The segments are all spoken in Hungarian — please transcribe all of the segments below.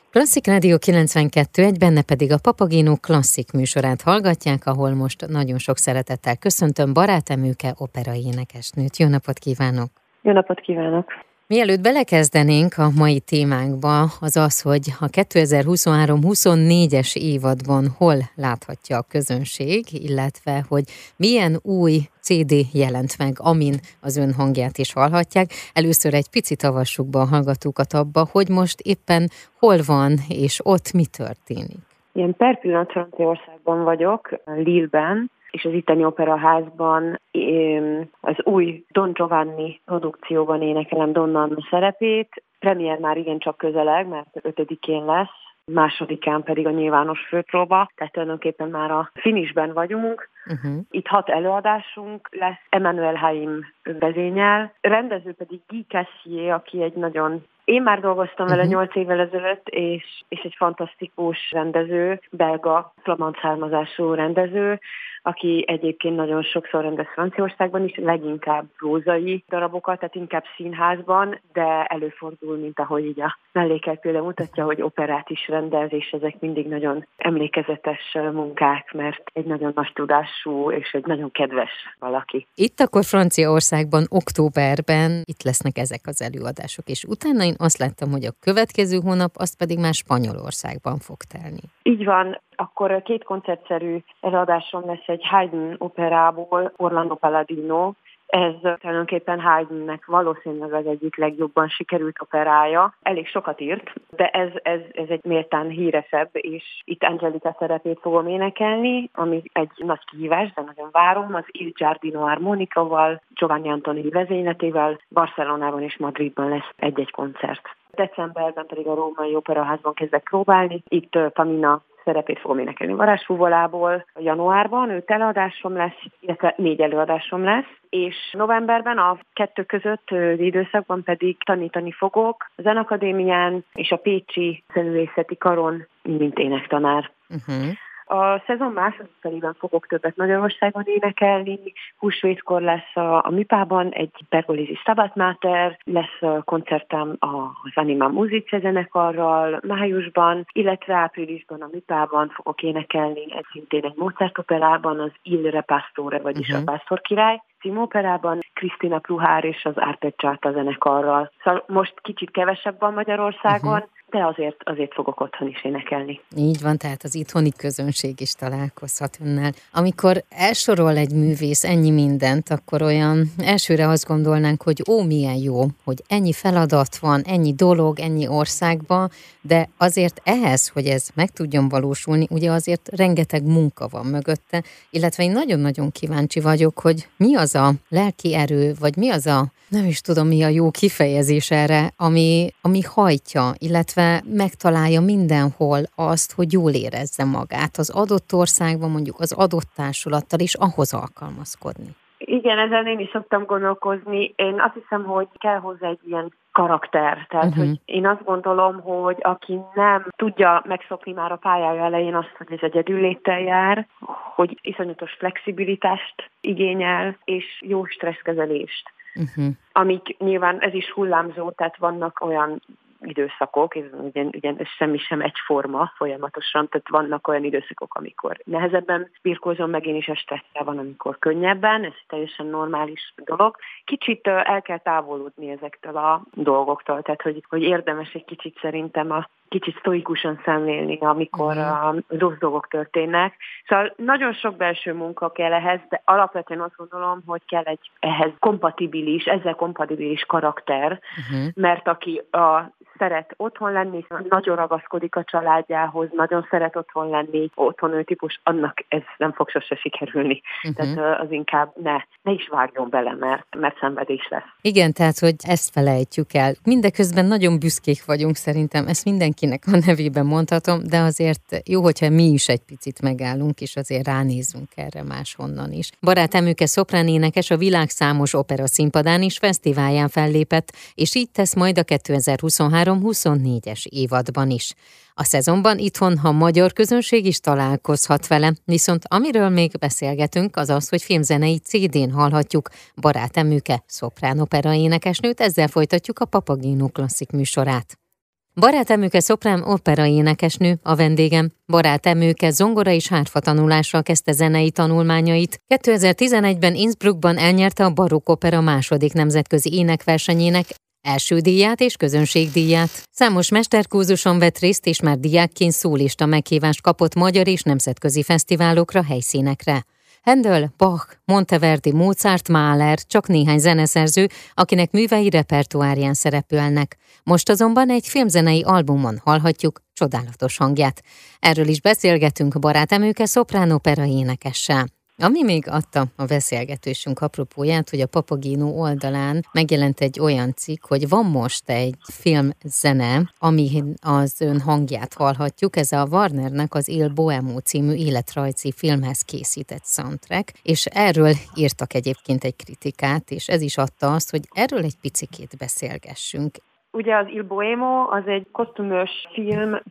Klasszik Rádió 92.1, benne pedig a Papagino klasszik műsorát hallgatják, ahol most nagyon sok szeretettel köszöntöm Barát Emőke operai énekesnőt. Jó napot kívánok! Jó napot kívánok! Mielőtt belekezdenénk a mai témánkba, az, hogy a 2023-24-es évadban hol láthatja a közönség, illetve hogy milyen új CD jelent meg, amin az ön hangját is hallhatják. Először egy picit avassuk be a hallgatókat abba, hogy most éppen hol van, és ott mi történik. Én per pillanat Franciaországban vagyok, Lille-ben, és az itteni operaházban az új Don Giovanni produkcióban énekelem Donna Anna szerepét. Premier már igencsak közeleg, mert 5-én lesz, 2-án pedig a nyilvános főpróba, tehát tulajdonképpen már a finishben vagyunk. Itt 6 előadásunk lesz, Emmanuel Haim vezényel, rendező pedig Guy Cassier, aki egy nagyon... Én már dolgoztam vele 8 évvel ezelőtt, és egy fantasztikus rendező, belga, flamand származású rendező, aki egyébként nagyon sokszor rendez Franciaországban is, leginkább prózai darabokat, tehát inkább színházban, de előfordul, mint ahogy így a mellékelt példa mutatja, hogy operát is rendez, és ezek mindig nagyon emlékezetes munkák, mert egy nagyon nagy tudású és egy nagyon kedves valaki. Itt akkor Franciaországban, októberben itt lesznek ezek az előadások, és utána én azt láttam, hogy a következő hónap az pedig már Spanyolországban fog telni. Így van. Akkor 2 koncertszerű előadásom lesz egy Haydn operából, Orlando Palladino. Ez tulajdonképpen Haydnnek valószínűleg az egyik legjobban sikerült operája. Elég sokat írt, de ez egy méltán híresebb, és itt Angelika szerepét fogom énekelni, ami egy nagy kihívás, de nagyon várom, az Il Giardino Armonicával, Giovanni Antonelli vezényletével, Barcelonában és Madridban lesz egy-egy koncert. Decemberben pedig a Római Operaházban kezdek próbálni, itt Pamina szerepét fogom énekelni Varázsfúvolából januárban, 5 előadásom lesz, illetve 4 előadásom lesz, és novemberben a 2 között időszakban pedig tanítani fogok a Zenakadémián és a Pécsi Zenművészeti Karon, mint énektanár. A szezon második felében fogok többet Magyarországon énekelni, húsvétkor lesz a Műpában egy Pergolesi Stabat Mater, lesz koncertem az Anima Musice zenekarral májusban, illetve áprilisban a Műpában fogok énekelni szintén egy Mozart operában, az Il Re Pastore, vagyis a Pásztor király című operában, Krisztina Pruhár és az Arte Csárta zenekarral. Szóval most kicsit kevesebb van Magyarországon, de azért fogok otthon is énekelni. Így van, tehát az itthoni közönség is találkozhat önnel. Amikor elsorol egy művész ennyi mindent, akkor olyan elsőre azt gondolnánk, hogy milyen jó, hogy ennyi feladat van, ennyi dolog, ennyi országban, de azért ehhez, hogy ez meg tudjon valósulni, ugye azért rengeteg munka van mögötte, illetve én nagyon-nagyon kíváncsi vagyok, hogy mi az a lelki erő, vagy mi az a, nem is tudom, mi a jó kifejezés erre, ami hajtja, illetve megtalálja mindenhol azt, hogy jól érezze magát az adott országban, mondjuk az adott társulattal, és ahhoz alkalmazkodni. Igen, ezen én is szoktam gondolkozni. Én azt hiszem, hogy kell hozzá egy ilyen karakter. Tehát, hogy én azt gondolom, hogy aki nem tudja megszokni már a pályája elején azt, hogy ez egyedülléttel jár, hogy iszonyatos flexibilitást igényel, és jó stresszkezelést. Amik nyilván ez is hullámzó, tehát vannak olyan időszakok, ugye ez semmi sem egyforma folyamatosan, tehát vannak olyan időszakok, amikor nehezebben birkózom meg, én is a stresszel van, amikor könnyebben, ez teljesen normális dolog. Kicsit el kell távolodni ezektől a dolgoktól, tehát hogy érdemes egy kicsit szerintem kicsit sztoikusan szemlélni, amikor rossz dolgok történnek. Szóval nagyon sok belső munka kell ehhez, de alapvetően azt gondolom, hogy kell egy ezzel kompatibilis karakter, mert aki szeret otthon lenni, nagyon ragaszkodik a családjához, nagyon szeret otthon lenni, otthonő típus, annak ez nem fog sose sikerülni. Tehát az inkább ne is vágjon bele, mert szenvedés lesz. Igen, tehát, hogy ezt felejtjük el. Mindeközben nagyon büszkék vagyunk szerintem, ezt mindenkinek a nevében mondhatom, de azért jó, hogyha mi is egy picit megállunk, és azért ránézünk erre máshonnan is. Barát Emőke szopránénekes a világ számos opera színpadán is fesztiválján fellépett, és így tesz majd a 2023-24-es évadban is. A szezonban itthon a magyar közönség is találkozhat vele, viszont amiről még beszélgetünk, az az, hogy filmzenei CD-n hallhatjuk Barát Emőke szoprán opera énekesnőt, ezzel folytatjuk a Papagino klasszik műsorát. Barát Emőke szoprán opera énekesnő a vendégem. Barát Emőke zongora és hárfa tanulással kezdte zenei tanulmányait. 2011-ben Innsbruckban elnyerte a barokk opera második nemzetközi énekversenyének első díját és közönségdíját. Számos mesterkurzuson vett részt, és már diákként szólista meghívást kapott magyar és nemzetközi fesztiválokra, helyszínekre. Handel, Bach, Monteverdi, Mozart, Mahler csak néhány zeneszerző, akinek művei repertoárján szerepelnek. Most azonban egy filmzenei albumon hallhatjuk csodálatos hangját. Erről is beszélgetünk Barát Emőke szoprán opera énekessel. Ami még adta a beszélgetésünk apropóját, hogy a Papageno oldalán megjelent egy olyan cikk, hogy van most egy filmzene, ami az ön hangját hallhatjuk, ez a Warnernek az Il Bohemo című életrajzi filmhez készített soundtrack, és erről írtak egyébként egy kritikát, és ez is adta azt, hogy erről egy picikét beszélgessünk. Ugye az Il Bohemo az egy kosztümös film,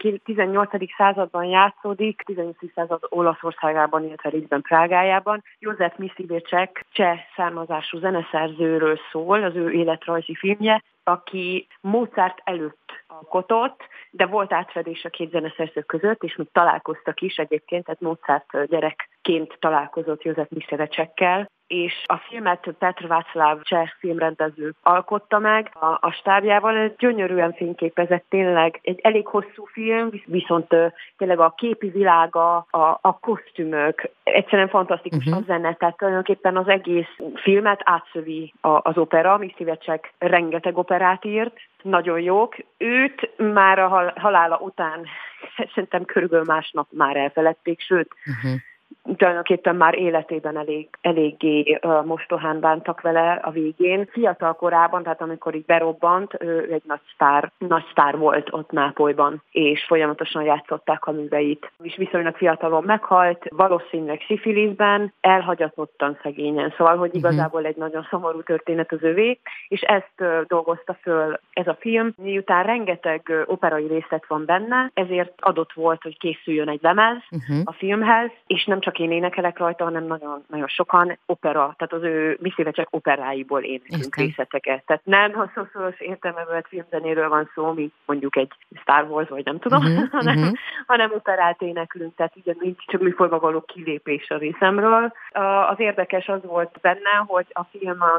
18. században játszódik, 18. század Olaszországában, illetve részben Prágájában. József Misliwecek cseh származású zeneszerzőről szól, az ő életrajzi filmje, aki Mozart előtt alkotott, de volt átfedés a két zeneszerző között, és még találkoztak is egyébként, tehát Mozart gyerekként találkozott József Misliwecekkel, és a filmet Petr Václav cseh filmrendező alkotta meg a stábjával. Ez gyönyörűen fényképezett, tényleg egy elég hosszú film, viszont tényleg a képi világa, a kosztümök, egyszerűen fantasztikus a zene, tehát tulajdonképpen az egész filmet átszövi az opera. Misliwecek rengeteg operát írt, nagyon jók. Őt már a halála után szerintem körülbelül másnap már elfeledték, sőt, tulajdonképpen már életében eléggé mostohán bántak vele a végén. Fiatal korában, tehát amikor így berobbant, ő egy nagy sztár volt ott Nápolyban, és folyamatosan játszották a műveit. És viszonylag fiatalon meghalt, valószínűleg szifiliszben, elhagyatottan szegényen, szóval, hogy igazából egy nagyon szomorú történet az övé, és ezt dolgozta föl ez a film. Miután rengeteg operai részlet van benne, ezért adott volt, hogy készüljön egy lemez a filmhez, és nem csak én énekelek rajta, hanem nagyon, nagyon sokan opera, tehát az ő Misliwecek operáiból éneklünk részleteket. Tehát nem hosszú-szoros értelmezett filmzenéről van szó, mint mondjuk egy Star Wars, vagy nem tudom, hanem operát éneklünk, tehát ugyanígy csak műfajba való kilépés a részemről. Az érdekes az volt benne, hogy a film a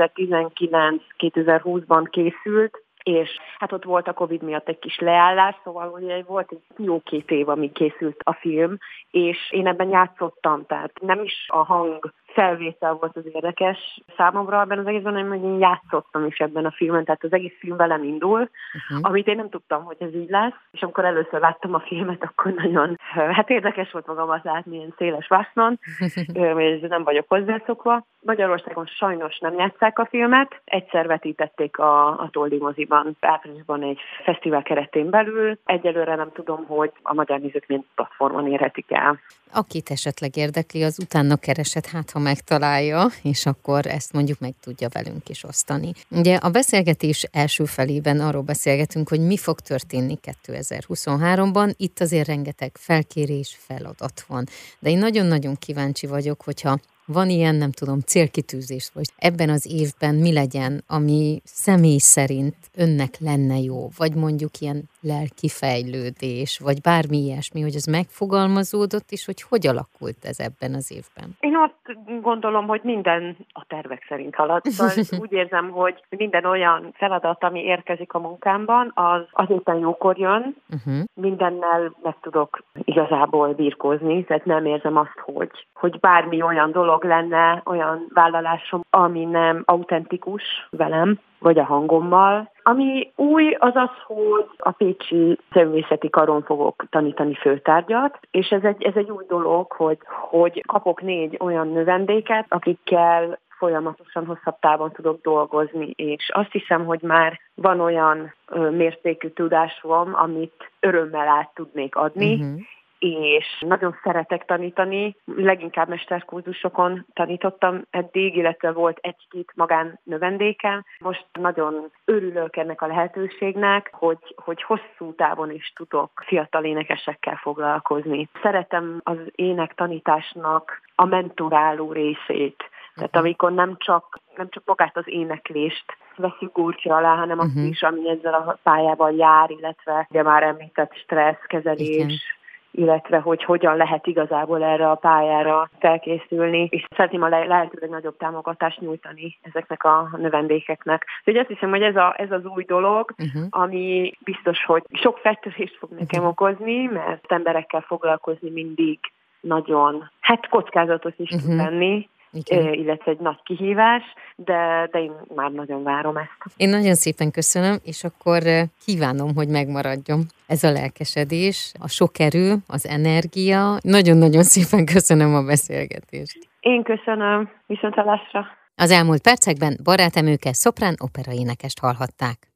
2019-2020-ban készült, és hát ott volt a Covid miatt egy kis leállás, szóval ugye volt egy jó 2 év, amíg készült a film, és én ebben játszottam, tehát nem is a hang felvétel volt az érdekes számomra ebben az egészben, hanem hogy én játszottam is ebben a filmben, tehát az egész film velem indul, amit én nem tudtam, hogy ez így lesz, és amikor először láttam a filmet, akkor nagyon, hát érdekes volt magamat látni ilyen széles vásznon, és nem vagyok hozzászokva. Magyarországon sajnos nem játsszák a filmet, egyszer vetítették a Toldi moziban, áprilisban egy fesztivál keretén belül, egyelőre nem tudom, hogy a magyar nézők milyen platformon érhetik el. Akit esetleg érdekli, az utána keresett, hát ha megtalálja, és akkor ezt mondjuk meg tudja velünk is osztani. Ugye a beszélgetés első felében arról beszélgetünk, hogy mi fog történni 2023-ban. Itt azért rengeteg felkérés, feladat van. De én nagyon-nagyon kíváncsi vagyok, hogyha van ilyen, nem tudom, célkitűzés, vagy ebben az évben mi legyen, ami személy szerint önnek lenne jó, vagy mondjuk ilyen lelki fejlődés, vagy bármi ilyesmi, hogy ez megfogalmazódott, és hogy alakult ez ebben az évben? Én azt gondolom, hogy minden a tervek szerint halad. Szóval úgy érzem, hogy minden olyan feladat, ami érkezik a munkámban, az éppen jókor jön, mindennel meg tudok igazából birkózni, tehát nem érzem azt, hogy bármi olyan dolog lenne, olyan vállalásom, ami nem autentikus velem, vagy a hangommal. Ami új, az az, hogy a Pécsi Szövvészeti Karon fogok tanítani főtárgyat, és ez egy új dolog, hogy kapok 4 olyan növendéket, akikkel folyamatosan hosszabb távon tudok dolgozni, és azt hiszem, hogy már van olyan mértékű tudásom, amit örömmel át tudnék adni, és nagyon szeretek tanítani, leginkább mesterkurzusokon tanítottam eddig, illetve volt 1-2 magán növendékem. Most nagyon örülök ennek a lehetőségnek, hogy hosszú távon is tudok fiatal énekesekkel foglalkozni. Szeretem az énektanításnak a mentoráló részét. Tehát amikor nem csak magát az éneklést veszük górcső alá, hanem azt is, ami ezzel a pályával jár, illetve ugye már említett stresszkezelés, igen, illetve hogy hogyan lehet igazából erre a pályára felkészülni, és szeretném a lehetőleg nagyobb támogatást nyújtani ezeknek a növendékeknek. Úgyhogy azt hiszem, hogy ez az új dolog, ami biztos, hogy sok fejtörést fog nekem okozni, mert emberekkel foglalkozni mindig nagyon, kockázatos is tud lenni, illetve egy nagy kihívás, de én már nagyon várom ezt. Én nagyon szépen köszönöm, és akkor kívánom, hogy megmaradjon ez a lelkesedés, a sok erő, az energia. Nagyon-nagyon szépen köszönöm a beszélgetést. Én köszönöm, viszonthallásra. Az elmúlt percekben Barátemőke szoprán operaénekest hallhatták.